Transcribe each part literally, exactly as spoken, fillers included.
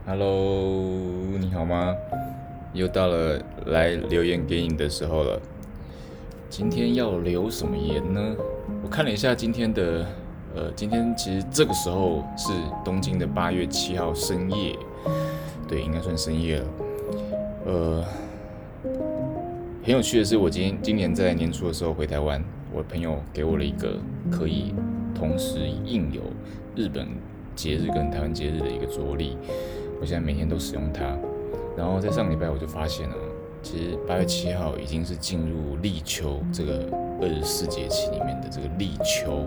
Hello，你好吗？又到了来留言给你的时候了。今天要留什么言呢？我看了一下今天的，呃，今天其实这个时候是东京的八月七号深夜，对，应该算深夜了。呃，很有趣的是，我今天今年在年初的时候回台湾，我朋友给我了一个可以同时印有日本节日跟台湾节日的一个桌历，我现在每天都使用它。然后在上礼拜我就发现啊，其实八月七号已经是进入立秋这个二十四节气里面的这个立秋，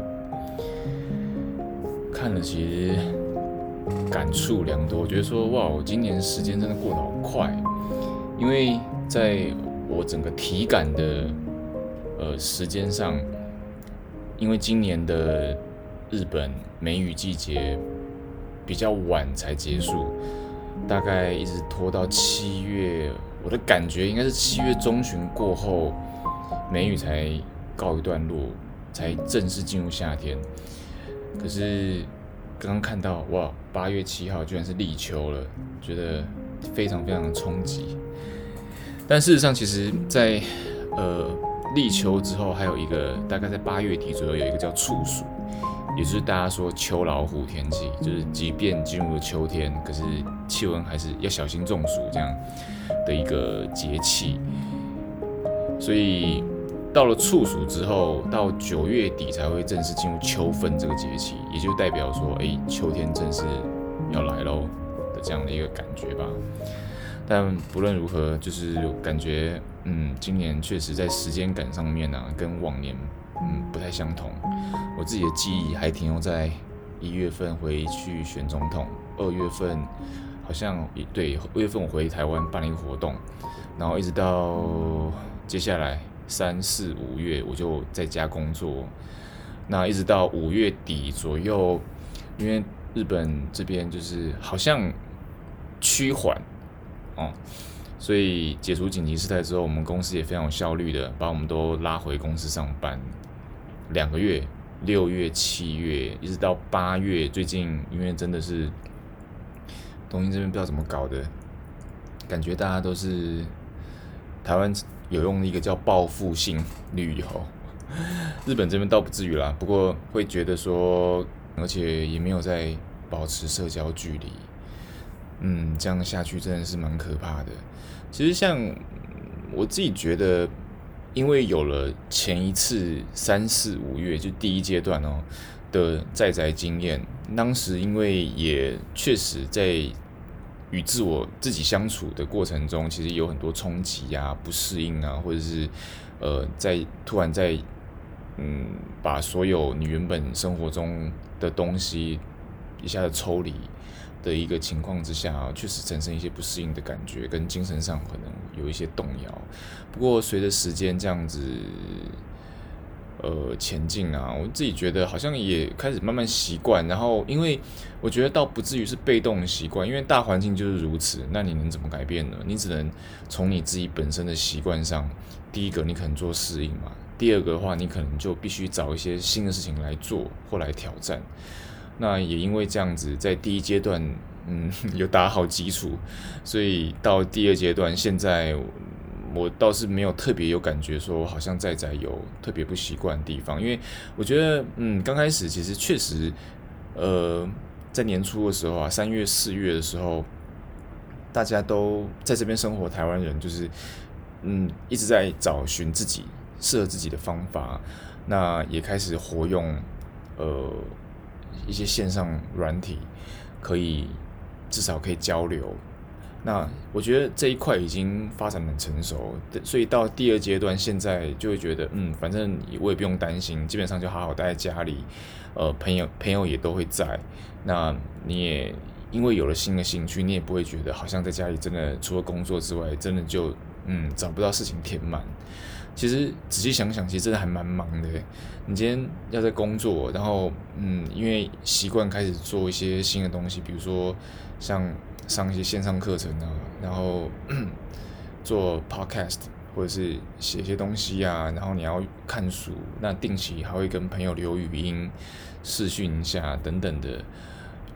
看了其实感触良多，我觉得说哇，我今年时间真的过得好快，因为在我整个体感的呃时间上，因为今年的日本梅雨季节比较晚才结束，大概一直拖到七月，我的感觉应该是七月中旬过后，梅雨才告一段落，才正式进入夏天。可是刚刚看到哇，八月七号居然是立秋了，觉得非常非常的冲击。但事实上，其实在，呃立秋之后，还有一个大概在八月底左右有一个叫处暑，也就是大家说秋老虎天气，就是即便进入了秋天，可是气温还是要小心中暑这样的一个节气。所以到了处暑之后，到九月底才会正式进入秋分这个节气，也就代表说，哎，秋天正式要来喽的这样的一个感觉吧。但不论如何，就是感觉，嗯，今年确实在时间感上面啊，跟往年，嗯，不太相同。我自己的记忆还停留在一月份回去选总统，二月份好像对，二月份我回台湾办了一个活动，然后一直到接下来三四五月我就在家工作，那一直到五月底左右，因为日本这边就是好像趋缓。哦，所以解除紧急事态之后，我们公司也非常有效率的把我们都拉回公司上班，两个月，六月、七月，一直到八月，最近因为真的是东京这边不知道怎么搞的，感觉大家都是台湾有用一个叫报复性旅游，日本这边倒不至于啦，不过会觉得说，而且也没有在保持社交距离。嗯，这样下去真的是蛮可怕的。其实像我自己觉得，因为有了前一次三四五月就第一阶段哦的在宅经验，当时因为也确实在与自我自己相处的过程中，其实有很多冲击啊、不适应啊，或者是呃，在突然在嗯把所有你原本生活中的东西一下子抽离。的一个情况之下，确实产生一些不适应的感觉，跟精神上可能有一些动摇。不过随着时间这样子，呃，前进啊，我自己觉得好像也开始慢慢习惯。然后，因为我觉得倒不至于是被动的习惯，因为大环境就是如此，那你能怎么改变呢？你只能从你自己本身的习惯上，第一个你可能做适应嘛，第二个的话，你可能就必须找一些新的事情来做或来挑战。那也因为这样子，在第一阶段，嗯，有打好基础，所以到第二阶段，现在我倒是没有特别有感觉说，好像在在有特别不习惯的地方，因为我觉得，嗯，刚开始其实确实，呃，在年初的时候啊，三月四月的时候，大家都在这边生活，台湾人就是，嗯，一直在找寻自己适合自己的方法，那也开始活用，呃。一些线上软体，可以至少可以交流。那我觉得这一块已经发展很成熟，所以到第二阶段，现在就会觉得，嗯，反正我也不用担心，基本上就好好待在家里，呃，朋友朋友也都会在。那你也因为有了新的兴趣，你也不会觉得好像在家里真的除了工作之外，真的就嗯找不到事情填满。其实仔细想想，其实真的还蛮忙的。你今天要在工作，然后嗯，因为习惯开始做一些新的东西，比如说像上一些线上课程啊，然后做 podcast 或者是写一些东西啊，然后你要看书，那定期还会跟朋友留语音、视讯一下等等的。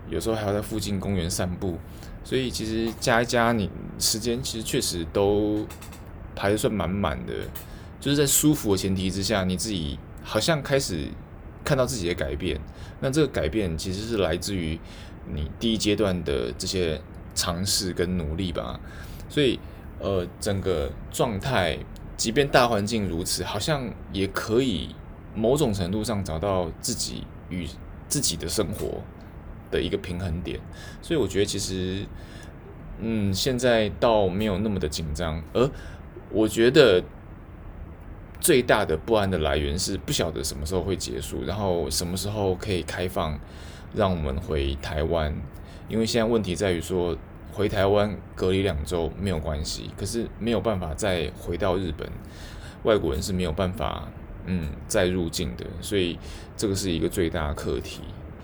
有时候还要在附近公园散步，所以其实加一加，你时间其实确实都排得算满满的，就是在舒服的前提之下，你自己好像开始看到自己的改变。那这个改变其实是来自于你第一阶段的这些尝试跟努力吧。所以呃，整个状态，即便大环境如此，好像也可以某种程度上找到自己与自己的生活的一个平衡点。所以我觉得其实，嗯，现在倒没有那么的紧张，而我觉得最大的不安的来源是不晓得什么时候会结束，然后什么时候可以开放，让我们回台湾。因为现在问题在于说，回台湾隔离两周没有关系，可是没有办法再回到日本，外国人是没有办法嗯再入境的，所以这个是一个最大的课题。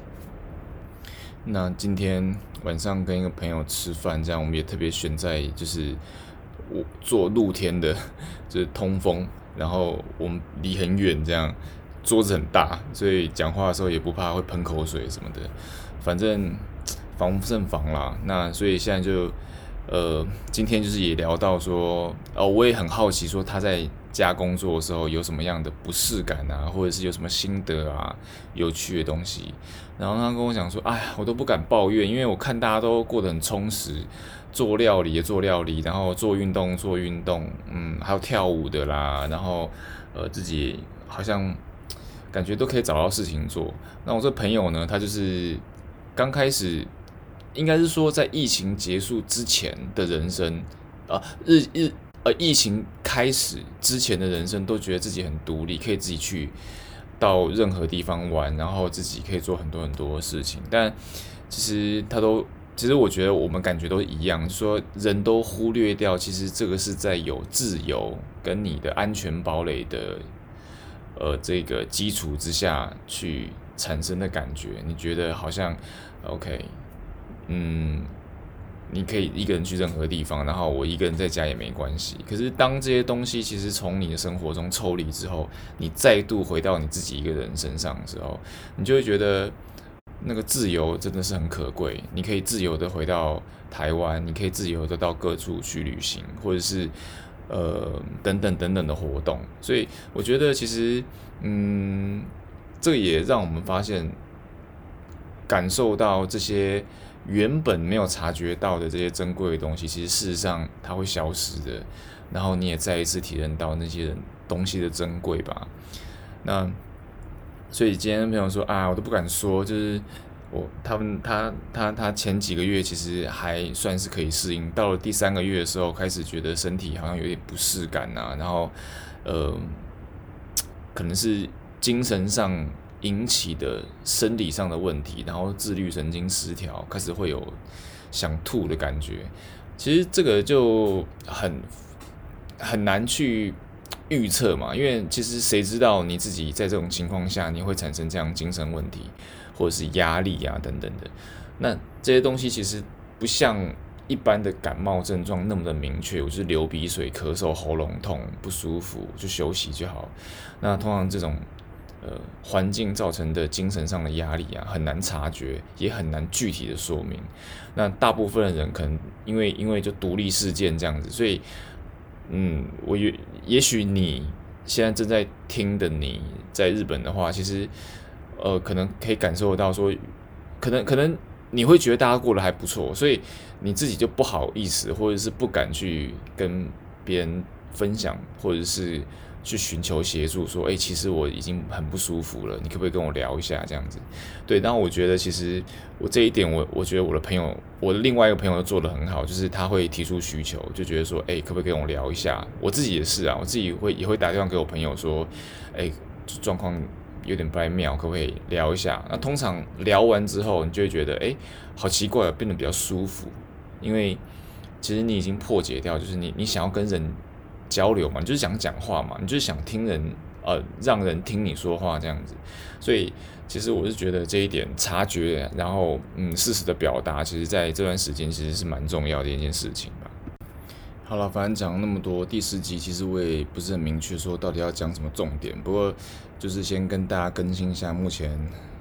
那今天晚上跟一个朋友吃饭，这样我们也特别选在就是我坐露天的，就是通风，然后我们离很远，这样桌子很大，所以讲话的时候也不怕会喷口水什么的，反正防不胜防啦。那所以现在就呃，今天就是也聊到说，哦，我也很好奇说他在家工作的时候有什么样的不适感啊，或者是有什么心得啊，有趣的东西。然后他跟我讲说，哎呀，我都不敢抱怨，因为我看大家都过得很充实，做料理也做料理，然后做运动做运动，嗯，还有跳舞的啦，然后呃自己好像感觉都可以找到事情做。那我这朋友呢，他就是刚开始。应该是说，在疫情结束之前的人生，啊，日日呃，疫情开始之前的人生，都觉得自己很独立，可以自己去到任何地方玩，然后自己可以做很多很多的事情。但其实他都，其实我觉得我们感觉都一样，说人都忽略掉，其实这个是在有自由跟你的安全堡垒的呃这个基础之下去产生的感觉。你觉得好像 OK？嗯，你可以一个人去任何地方，然后我一个人在家也没关系。可是当这些东西其实从你的生活中抽离之后，你再度回到你自己一个人身上的时候，你就会觉得那个自由真的是很可贵。你可以自由的回到台湾，你可以自由的到各处去旅行，或者是呃等等等等的活动。所以我觉得其实，嗯，这也让我们发现，感受到这些原本没有察觉到的这些珍贵的东西，其实事实上它会消失的。然后你也再一次体验到那些人东西的珍贵吧。那所以今天朋友说啊，我都不敢说，就是我他们他他他前几个月其实还算是可以适应，到了第三个月的时候，开始觉得身体好像有点不适感啊，然后呃，可能是精神上引起的生理上的问题，然后自律神经失调，开始会有想吐的感觉。其实这个就很很难去预测嘛，因为其实谁知道你自己在这种情况下你会产生这样精神问题，或者是压力啊等等的。那这些东西其实不像一般的感冒症状那么的明确，我就是流鼻水、咳嗽、喉咙痛、不舒服就休息就好。那通常这种呃环境造成的精神上的压力啊，很难察觉，也很难具体的说明。那大部分的人可能因为因为就独立事件这样子，所以嗯，我也也许你现在正在听的你在日本的话，其实呃可能可以感受到说，可能可能你会觉得大家过得还不错，所以你自己就不好意思，或者是不敢去跟别人分享，或者是去寻求协助，说，哎、欸，其实我已经很不舒服了，你可不可以跟我聊一下这样子？对，然后我觉得其实我这一点我，我我觉得我的朋友，我的另外一个朋友做得很好，就是他会提出需求，就觉得说，哎、欸，可不可以跟我聊一下？我自己也是啊，我自己会也会打电话给我朋友说，哎、欸，状况有点不太妙，可不可以聊一下？那通常聊完之后，你就会觉得，哎、欸，好奇怪，变得比较舒服，因为其实你已经破解掉，就是你你想要跟人交流嘛，你就是想讲话嘛，你就是想听人呃让人听你说话这样子。所以其实我是觉得这一点察觉，然后嗯适时的表达，其实在这段时间其实是蛮重要的一件事情吧。好了，反正讲了那么多，第十集其实我也不是很明确说到底要讲什么重点，不过就是先跟大家更新一下目前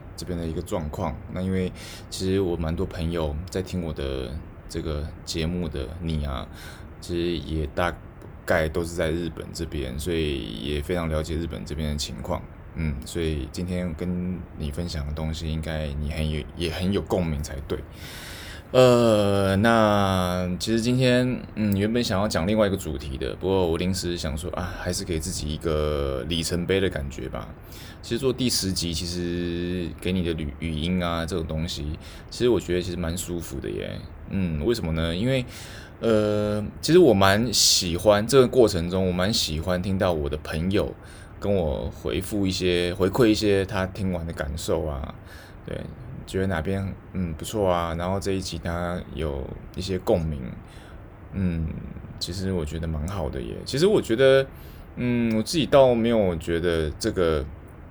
这边的一个状况。那因为其实我蛮多朋友在听我的这个节目的你啊，其实也大概都是在日本这边，所以也非常了解日本这边的情况。嗯，所以今天跟你分享的东西，应该你很有也很有共鸣才对。呃，那其实今天嗯原本想要讲另外一个主题的，不过我临时想说啊，还是给自己一个里程碑的感觉吧。其实做第十集，其实给你的语语音啊这种东西，其实我觉得其实蛮舒服的耶。嗯，为什么呢？因为呃，其实我蛮喜欢这个过程中，我蛮喜欢听到我的朋友跟我回复一些回馈一些他听完的感受啊，对。觉得哪边嗯不错啊，然后这一集他有一些共鸣，嗯，其实我觉得蛮好的耶。其实我觉得，嗯，我自己倒没有觉得这个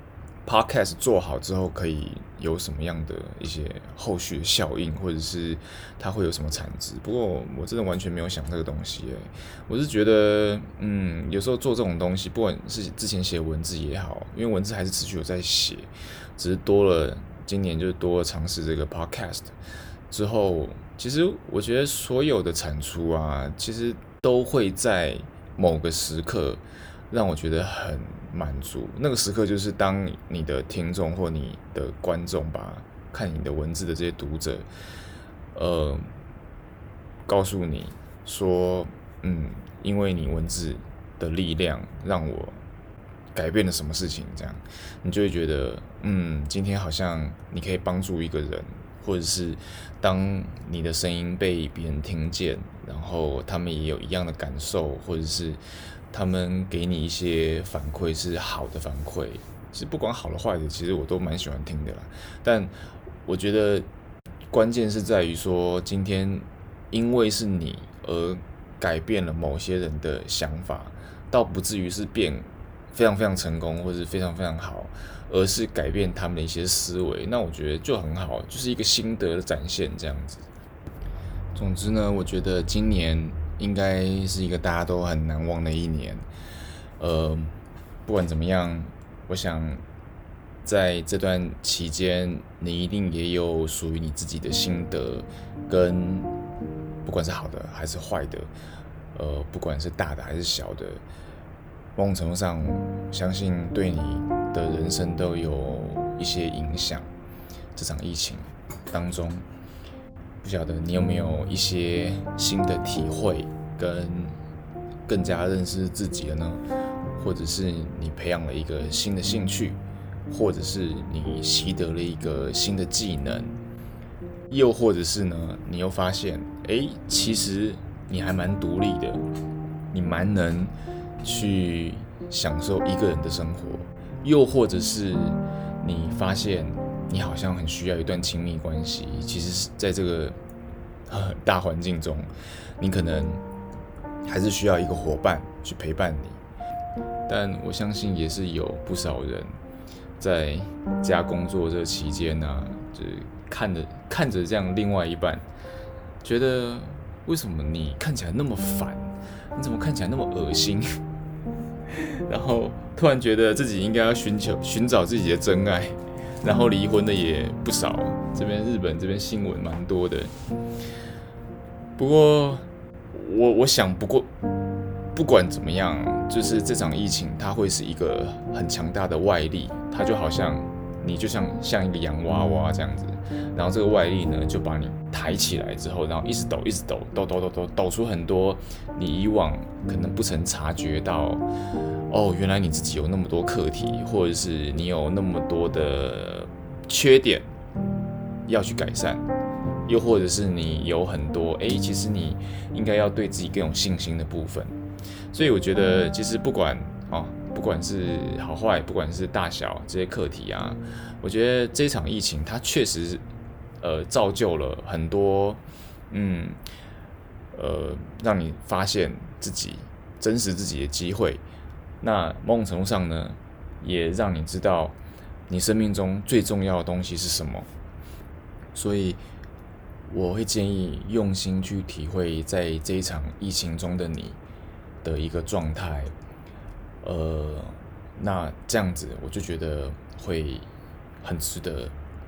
podcast 做好之后可以有什么样的一些后续的效应，或者是它会有什么产值。不过我真的完全没有想这个东西耶。我是觉得，嗯，有时候做这种东西，不管是之前写文字也好，因为文字还是持续有在写，只是多了。今年就多尝试这个 podcast 之后，其实我觉得所有的产出啊，其实都会在某个时刻让我觉得很满足。那个时刻就是当你的听众或你的观众吧，看你的文字的这些读者，呃，告诉你说，嗯，因为你文字的力量让我改变了什么事情，这样你就会觉得，嗯，今天好像你可以帮助一个人，或者是当你的声音被别人听见，然后他们也有一样的感受，或者是他们给你一些反馈是好的反馈，其实不管好的坏的，其实我都蛮喜欢听的啦。但我觉得关键是在于说，今天因为是你而改变了某些人的想法，倒不至于是变非常非常成功，或是非常非常好，而是改变他们的一些思维，那我觉得就很好，就是一个心得的展现这样子。总之呢，我觉得今年应该是一个大家都很难忘的一年。呃，不管怎么样，我想在这段期间，你一定也有属于你自己的心得，跟不管是好的还是坏的，呃，不管是大的还是小的。某种程度上，相信对你的人生都有一些影响。这场疫情当中，不晓得你有没有一些新的体会，跟更加认识自己了呢？或者是你培养了一个新的兴趣，或者是你习得了一个新的技能，又或者是呢，你又发现，哎，其实你还蛮独立的，你蛮能去享受一个人的生活，又或者是你发现你好像很需要一段亲密关系，其实是在这个呃大环境中，你可能还是需要一个伙伴去陪伴你。但我相信也是有不少人在家工作这期间啊，就是看着看着这样另外一半，觉得为什么你看起来那么烦？你怎么看起来那么恶心？然后突然觉得自己应该要寻求寻找自己的真爱，然后离婚的也不少，这边日本这边新闻蛮多的。不过我我想不过不管怎么样，就是这场疫情它会是一个很强大的外力，它就好像你就像像一个洋娃娃这样子，然后这个外力呢就把你抬起来之后，然后一直抖一直抖抖抖抖抖抖出很多你以往可能不曾察觉到，哦，原来你自己有那么多课题，或者是你有那么多的缺点要去改善，又或者是你有很多哎，其实你应该要对自己更有信心的部分。所以我觉得其实不管哦，不管是好坏，不管是大小这些课题啊，我觉得这场疫情它确实呃造就了很多嗯呃让你发现自己真实自己的机会。那某种程度上呢，也让你知道你生命中最重要的东西是什么。所以我会建议用心去体会在这一场疫情中的你的一个状态，呃，那这样子我就觉得会很值得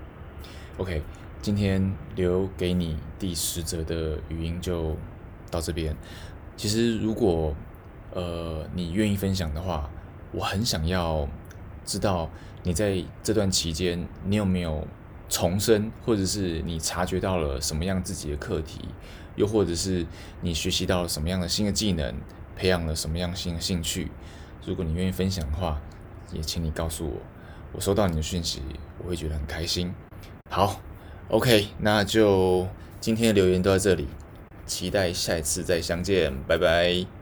OK，今天留给你第十则的语音就到这边。其实如果呃你愿意分享的话，我很想要知道你在这段期间你有没有重生，或者是你察觉到了什么样自己的课题，又或者是你学习到了什么样的新的技能，培养了什么样新的兴趣。如果你愿意分享的话，也请你告诉我，我收到你的讯息，我会觉得很开心。好，OK，那就今天的留言都在这里，期待下一次再相见，拜拜。